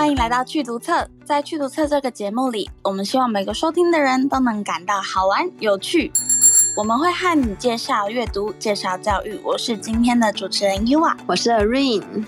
欢迎来到趣读册。在趣读册这个节目里，我们希望每个收听的人都能感到好玩有趣。我们会和你介绍阅读，介绍教育。我是今天的主持人 Yua， 我是 Irene。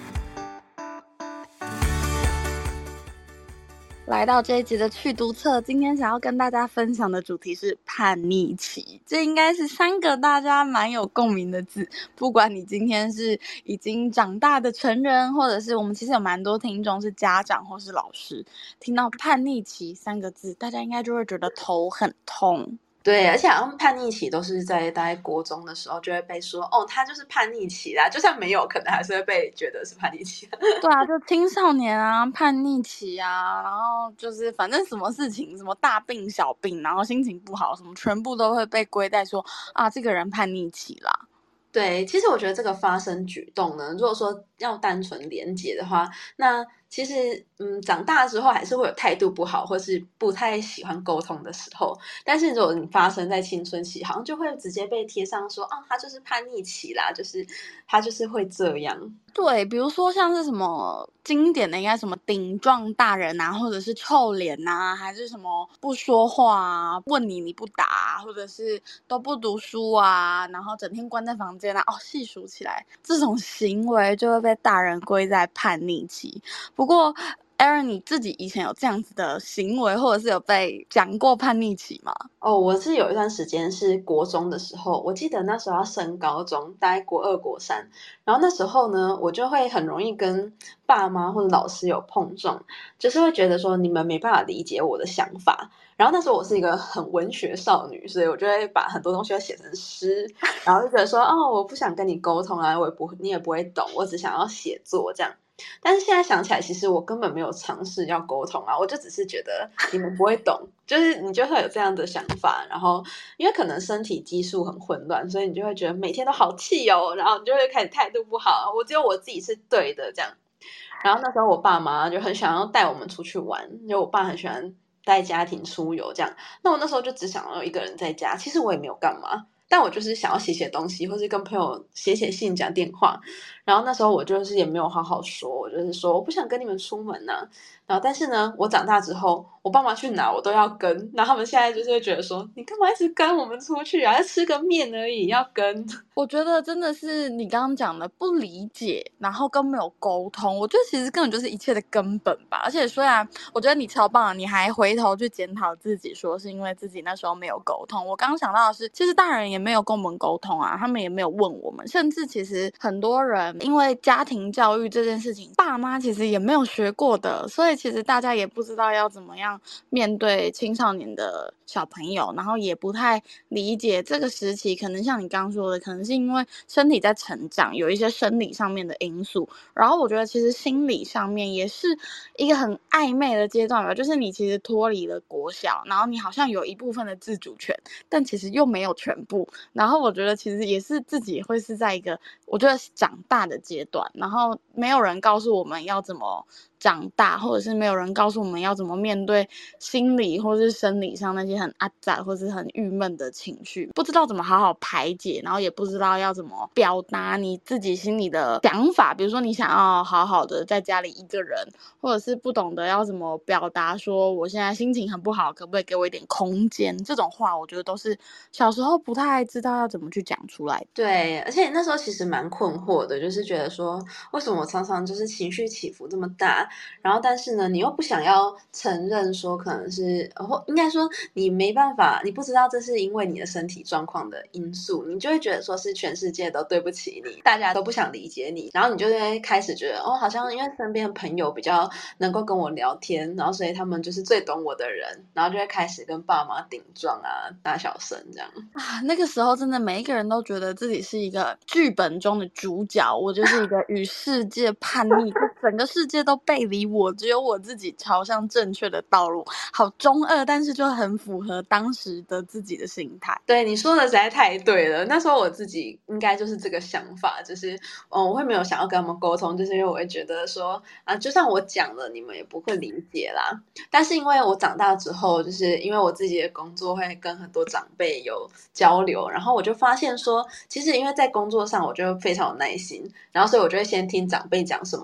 来到这一集的趣读册，今天想要跟大家分享的主题是叛逆期。这应该是3个大家蛮有共鸣的字，不管你今天是已经长大的成人，或者是我们其实有蛮多听众是家长或是老师，听到叛逆期3个字，大家应该就会觉得头很痛。 对，而且好像叛逆期都是在大概国中的时候就会被说，哦，他就是叛逆期啦，就算没有，可能还是会被觉得是叛逆期。 对啊，就青少年啊，叛逆期啊，然后就是反正什么事情，什么大病小病，然后心情不好，什么全部都会被归在说啊，这个人叛逆期啦。 对，其实我觉得这个发生举动呢，如果说要单纯连结的话，那其实长大之后还是会有态度不好或是不太喜欢沟通的时候，但是如果你发生在青春期，好像就会直接被贴上说啊，他就是叛逆期啦，就是他就是会这样。 对，比如说像是什么经典的应该什么顶撞大人啊，或者是臭脸啊，还是什么不说话啊，问你不答，或者是都不读书啊，然后整天关在房间啊，细数起来这种行为就会被大人归在叛逆期。不过 Aaron 你自己以前有这样子的行为，或者是有被讲过叛逆期吗？ 我是有一段时间是国中的时候，我记得那时候要升高中，大概国2、国3，然后那时候呢，我就会很容易跟爸妈或者老师有碰撞，就是会觉得说你们没办法理解我的想法。然后那时候我是一个很文学少女，所以我就会把很多东西都写成诗，然后就觉得说，哦，我不想跟你沟通啊，你也不会懂，我只想要写作这样。但是现在想起来，其实我根本没有尝试要沟通啊，我就只是觉得你们不会懂，就是你就会有这样的想法，然后因为可能身体激素很混乱，所以你就会觉得每天都好气哦，然后你就会开始态度不好，我只有我自己是对的这样。然后那时候我爸妈就很想要带我们出去玩，因为我爸很喜欢带家庭出游这样，那我那时候就只想要一个人在家，其实我也没有干嘛，但我就是想要写东西，或是跟朋友写信、讲电话。然后那时候我就是也没有好好说，我就是说我不想跟你们出门啊。然后但是呢，我长大之后，我爸妈去哪我都要跟。然后他们现在就是会觉得说，你干嘛一直跟我们出去啊？要吃个面而已，要跟。 我觉得真的是你刚刚讲的不理解，然后跟没有沟通，我觉得其实根本就是一切的根本吧。而且虽然我觉得你超棒，你还回头去检讨自己，说是因为自己那时候没有沟通。我刚刚想到的是，其实大人也没有跟我们沟通啊，他们也没有问我们，甚至其实很多人因为家庭教育这件事情，爸妈其实也没有学过的，所以其实大家也不知道要怎么样面对青少年的小朋友，然后也不太理解这个时期，可能像你刚刚说的，可能是因为身体在成长，有一些生理上面的因素，然后我觉得其实心理上面也是一个很暧昧的阶段吧，就是你其实脱离了国小，然后你好像有一部分的自主权，但其实又没有全部，然后我觉得其实也是自己会是在一个我觉得长大的阶段，然后没有人告诉我们要怎么长大，或者是没有人告诉我们要怎么面对心理或是生理上那些很阿杂或是很郁闷的情绪，不知道怎么好好排解，然后也不知道要怎么表达你自己心里的想法，比如说你想要好好的在家里一个人，或者是不懂得要怎么表达说我现在心情很不好，可不可以给我一点空间，这种话我觉得都是小时候不太知道要怎么去讲出来的。 对，而且那时候其实蛮困惑的，就是觉得说，为什么我常常就是情绪起伏这么大，然后但是呢，你又不想要承认说可能是，或应该说你没办法，你不知道这是因为你的身体状况的因素，你就会觉得说是全世界都对不起你，大家都不想理解你，然后你就会开始觉得，哦，好像因为身边的朋友比较能够跟我聊天，然后所以他们就是最懂我的人，然后就会开始跟爸妈顶撞啊，大小声这样。 啊，那个时候真的每一个人都觉得自己是一个剧本中的主角，我就是一个与世界叛逆，就整个世界都背离我，只有我自己朝向正确的道路。好中二，但是就很符合当时的自己的心态。 对，你说的实在太对了。那时候我自己应该就是这个想法，就是我会没有想要跟他们沟通，就是因为我会觉得说啊，就算我讲了，你们也不会理解啦。但是因为我长大之后，就是因为我自己的工作会跟很多长辈有交流，然后我就发现说，其实因为在工作上我就非常有耐心，然后所以我就会先听长辈讲什么，然后听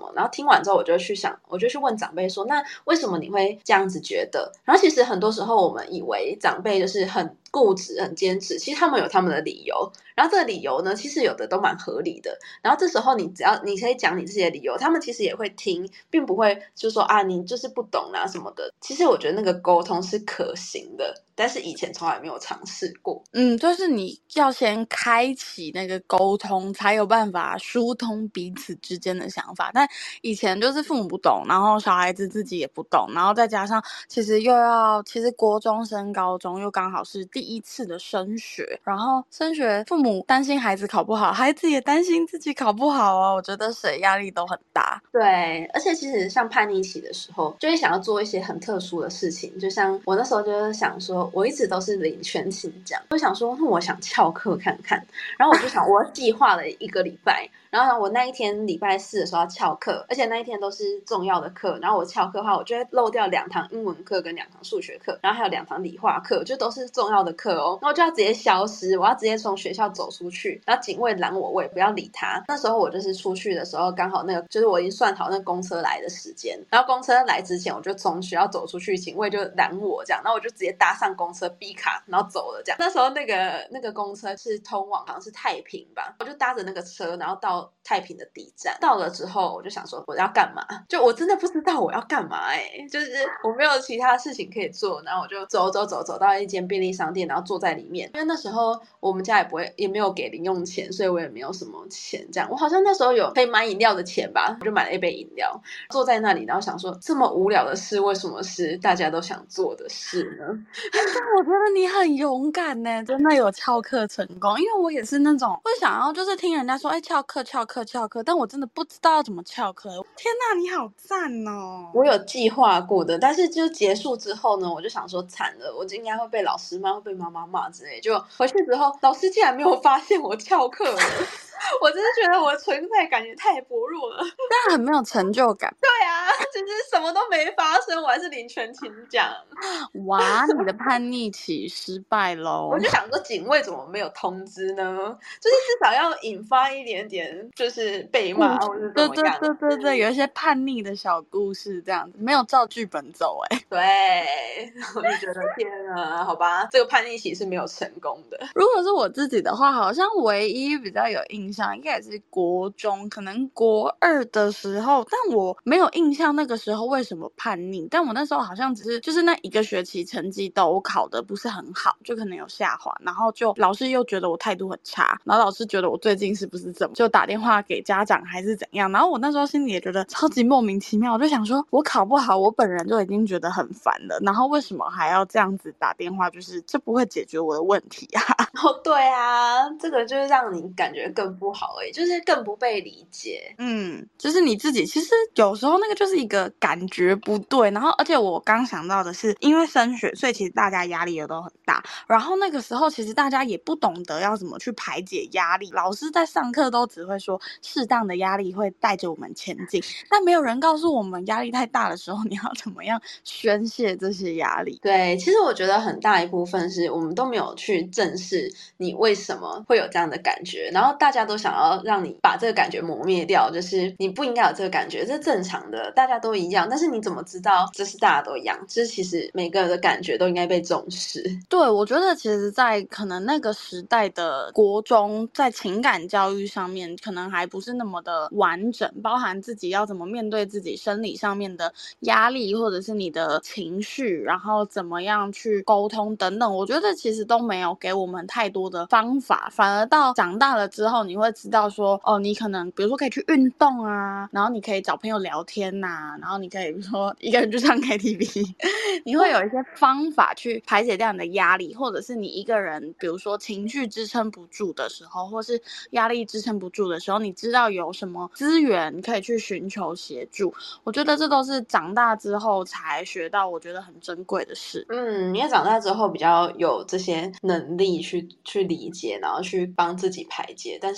听完之后，我就去想，我就去问长辈说，那为什么你会这样子觉得？然后其实很多时候我们以为长辈就是很固执、很坚持，其实他们有他们的理由。然后这个理由呢，其实有的都蛮合理的。然后这时候只要你可以讲你自己的理由，他们其实也会听，并不会就说啊你就是不懂啊什么的。其实我觉得那个沟通是可行的，但是以前从来没有尝试过。 就是你要先开启那个沟通，才有办法疏通彼此之间的想法。但以前就是父母不懂，然后小孩子自己也不懂，然后再加上其实国中升高中又刚好是第一次的升学，然后升学父母担心孩子考不好，孩子也担心自己考不好啊，我觉得谁压力都很大。 对，而且其实像叛逆期的时候，就会想要做一些很特殊的事情，就像我那时候就是想说，我一直都是领全勤奖，我想说，我想翘课看看，然后我就想，我计划了1个礼拜，然后我那一天礼拜4的时候要翘课，而且那一天都是重要的课，然后我翘课的话，我就会漏掉2堂英文课跟2堂数学课，然后还有2堂理化课，就都是重要的课哦，然后我就要直接消失，我要直接从学校走出去，然后警卫拦我，我也不要理他。那时候我就是出去的时候，刚好那个就是我已经算好那个公车来的时间，然后公车来之前，我就从学校走出去，警卫就拦我这样，然后我就直接搭上公车 B 卡，然后走了这样。那时候那个公车是通往好像是太平吧，我就搭着那个车，然后到太平的底站。到了之后，我就想说我要干嘛？就我真的不知道我要干嘛就是我没有其他事情可以做，然后我就走到一间便利商店，然后坐在里面。因为那时候我们家也没有给零用钱，所以我也没有什么钱这样。我好像那时候有可以买饮料的钱吧，我就买了一杯饮料，坐在那里，然后想说这么无聊的事，为什么是大家都想做的事呢？ 但我觉得你很勇敢呢，真的有翘课成功。因为我也是那种会想要就是听人家说翘课，但我真的不知道要怎么翘课。天哪，你好赞哦！ 我有计划过的，但是就结束之后呢，我就想说惨了，我就应该会被老师骂，会被妈妈骂之类。就回去之后，老师竟然没有发现我翘课了，我真是觉得我的存在感也太薄弱了。 但很没有成就感。 对啊，就是什么都没发生，我还是领全勤奖。 哇，你的叛逆期失败咯。 我就想说警卫怎么没有通知呢？就是至少要引发一点点就是被骂或是怎么样。 对，有一些叛逆的小故事这样子，没有照剧本走对，我就觉得天啊，好吧，这个叛逆期是没有成功的。 如果是我自己的话，好像唯一比较有印象应该也是国中，可能国2的时候，但我没有印象那个时候为什么叛逆。但我那时候好像只是就是那1个学期成绩都考得不是很好，就可能有下滑，然后就老师又觉得我态度很差，然后老师觉得我最近是不是怎么就打电话给家长还是怎样，然后我那时候心里也觉得超级莫名其妙，我就想说我考不好我本人就已经觉得很烦了，然后为什么还要这样子打电话，就是这不会解决我的问题啊。 哦，对啊，这个就是让你感觉更不好就是更不被理解。 就是你自己其实有时候那个就是一个感觉不对，然后而且我刚想到的是因为升学，所以其实大家压力也都很大，然后那个时候其实大家也不懂得要怎么去排解压力，老师在上课都只会说适当的压力会带着我们前进，但没有人告诉我们压力太大的时候你要怎么样宣泄这些压力。 对，其实我觉得很大一部分是我们都没有去正视你为什么会有这样的感觉，然后大家都想要让你把这个感觉磨灭掉，就是你不应该有这个感觉，这是正常的，大家都一样，但是你怎么知道这是大家都一样？就是其实每个人的感觉都应该被重视。 对，我觉得其实在可能那个时代的国中，在情感教育上面可能还不是那么的完整，包含自己要怎么面对自己生理上面的压力，或者是你的情绪，然后怎么样去沟通等等，我觉得其实都没有给我们太多的方法，反而到长大了之后，你会知道说，哦，你可能比如说可以去运动啊，然后你可以找朋友聊天啊，然后你可以比如说一个人去唱 KTV 你会有一些方法去排解掉你的压力，或者是你一个人比如说情绪支撑不住的时候，或是压力支撑不住的时候，你知道有什么资源可以去寻求协助，我觉得这都是长大之后才学到我觉得很珍贵的事。 因为长大之后比较有这些能力去理解，然后去帮自己排解，但是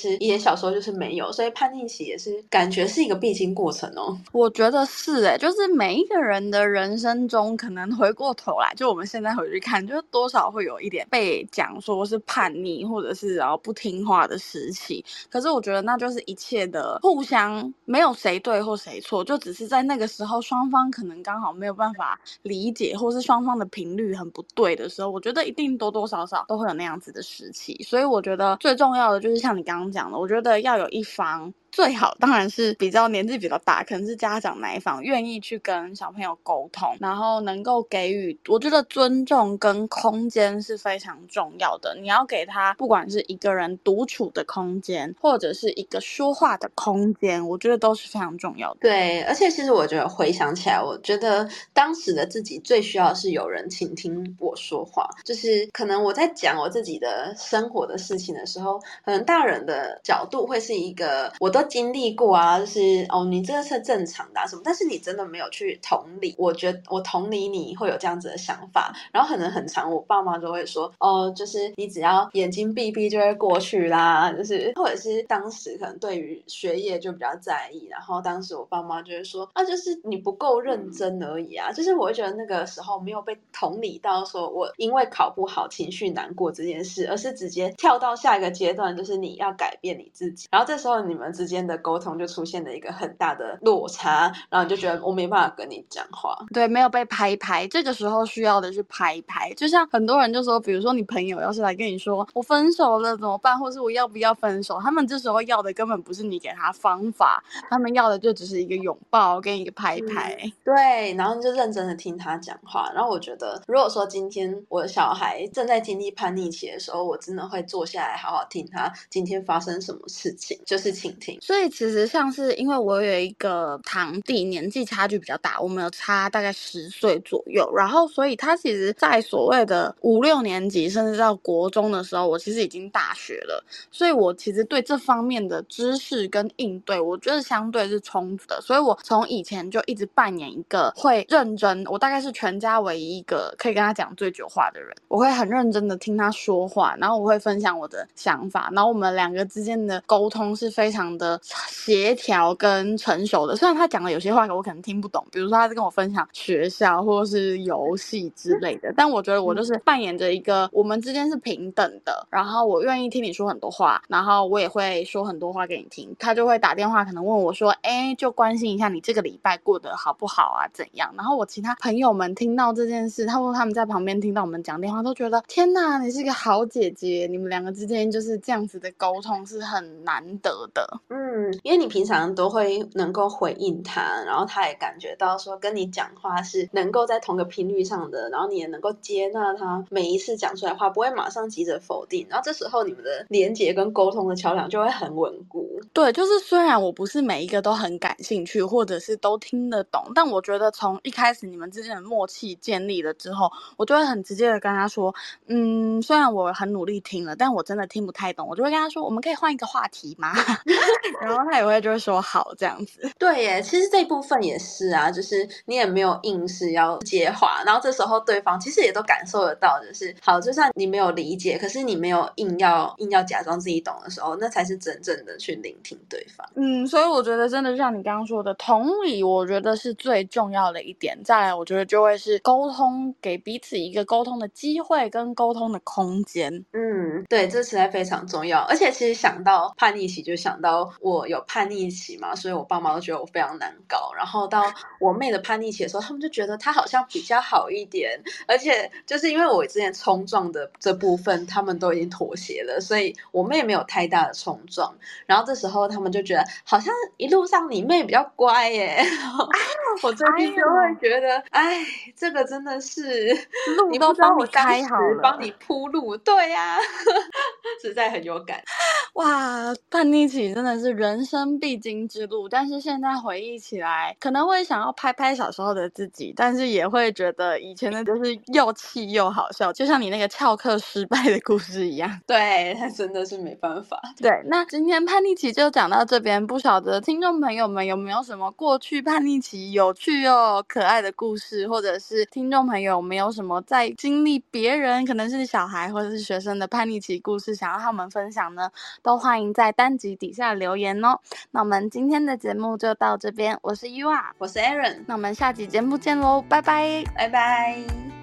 是以前小时候就是没有，所以叛逆期也是感觉是一个必经过程哦。 我觉得是就是每一个人的人生中，可能回过头来，就我们现在回去看，就多少会有一点被讲说是叛逆，或者是不听话的时期。可是我觉得那就是一切的互相，没有谁对或谁错，就只是在那个时候双方可能刚好没有办法理解，或是双方的频率很不对的时候，我觉得一定多多少少都会有那样子的时期。所以我觉得最重要的就是像你刚刚讲的，我觉得要有一方，最好当然是比较年纪比较大，可能是家长那一方愿意去跟小朋友沟通，然后能够给予，我觉得尊重跟空间是非常重要的。你要给他不管是一个人独处的空间，或者是一个说话的空间，我觉得都是非常重要的。 对，而且其实我觉得回想起来，我觉得当时的自己最需要的是有人倾听我说话，就是可能我在讲我自己的生活的事情的时候，可能大人的角度会是一个我都经历过啊，就是你这个是正常的什么，但是你真的没有去同理，我觉得我同理你会有这样子的想法，然后可能很常我爸妈就会说就是你只要眼睛闭闭就会过去啦，就是或者是当时可能对于学业就比较在意，然后当时我爸妈就会说就是你不够认真而已啊，就是我会觉得那个时候没有被同理到说我因为考不好情绪难过这件事，而是直接跳到下一个阶段，就是你要改变你自己，然后这时候你们之间的沟通就出现了一个很大的落差，然后你就觉得我没办法跟你讲话。 对，没有被拍拍，这个时候需要的是拍拍。就像很多人就说，比如说你朋友要是来跟你说我分手了怎么办，或是我要不要分手，他们这时候要的根本不是你给他方法，他们要的就只是一个拥抱跟一个拍拍。 对，然后你就认真的听他讲话。然后我觉得如果说今天我的小孩正在经历叛逆期的时候，我真的会坐下来好好听他今天发生什么事情，就是倾听。 所以其实像是因为我有一个堂弟，年纪差距比较大，我们有差大概10岁左右，然后所以他其实在所谓的5、6年级甚至到国中的时候，我其实已经大学了，所以我其实对这方面的知识跟应对，我觉得相对是充足的。所以我从以前就一直扮演一个会认真，我大概是全家唯一一个可以跟他讲最久话的人，我会很认真的听他说话，然后我会分享我的想法，然后我们两个之间的沟通是非常的协调跟成熟的。虽然他讲的有些话我可能听不懂，比如说他在跟我分享学校或是游戏之类的，但我觉得我就是扮演着一个我们之间是平等的，然后我愿意听你说很多话，然后我也会说很多话给你听。他就会打电话可能问我说就关心一下你这个礼拜过得好不好啊怎样，然后我其他朋友们听到这件事，他们在旁边听到我们讲电话都觉得天哪，你是一个好姐姐，你们两个之间就是这样子的沟通是很难得的。 因为你平常都会能够回应他，然后他也感觉到说跟你讲话是能够在同个频率上的，然后你也能够接纳他每一次讲出来的话，不会马上急着否定，然后这时候你们的连结跟沟通的桥梁就会很稳固。 对，就是虽然我不是每一个都很感兴趣，或者是都听得懂，但我觉得从一开始你们之间的默契建立了之后，我就会很直接的跟他说虽然我很努力听了，但我真的听不太懂，我就会跟他说我们可以换一个话题吗？然后他也就会说好这样子。 对耶，其实这一部分也是啊，就是你也没有硬是要接话，然后这时候对方其实也都感受得到，就是好，就算你没有理解，可是你没有硬要假装自己懂的时候，那才是真正的去聆听对方。 所以我觉得真的像你刚刚说的，同理我觉得是最重要的一点。再来我觉得就会是沟通，给彼此一个沟通的机会跟沟通的空间。 对，这实在非常重要。而且其实想到叛逆期，就想到我有叛逆期嘛，所以我爸妈都觉得我非常难搞。然后到我妹的叛逆期的时候，他们就觉得她好像比较好一点。而且就是因为我之前冲撞的这部分，他们都已经妥协了，所以我妹没有太大的冲撞。然后这时候他们就觉得好像一路上你妹比较乖耶。我最近就会觉得，这个真的是路都帮你开好了， 帮你铺路。对呀，实在很有感。 哇，叛逆期真的是就是人生必经之路，但是现在回忆起来可能会想要拍拍小时候的自己，但是也会觉得以前的就是又气又好笑，就像你那个翘课失败的故事一样。 对，他真的是没办法。 对，那今天叛逆期就讲到这边，不晓得听众朋友们有没有什么过去叛逆期有趣又可爱的故事，或者是听众朋友有没有什么在经历别人可能是小孩或者是学生的叛逆期故事想要和我们分享呢，都欢迎在单集底下留言哦。那我们今天的节目就到这边，我是 Yua， 我是 Aaron， 那我们下集节目见喽，拜拜， 拜拜。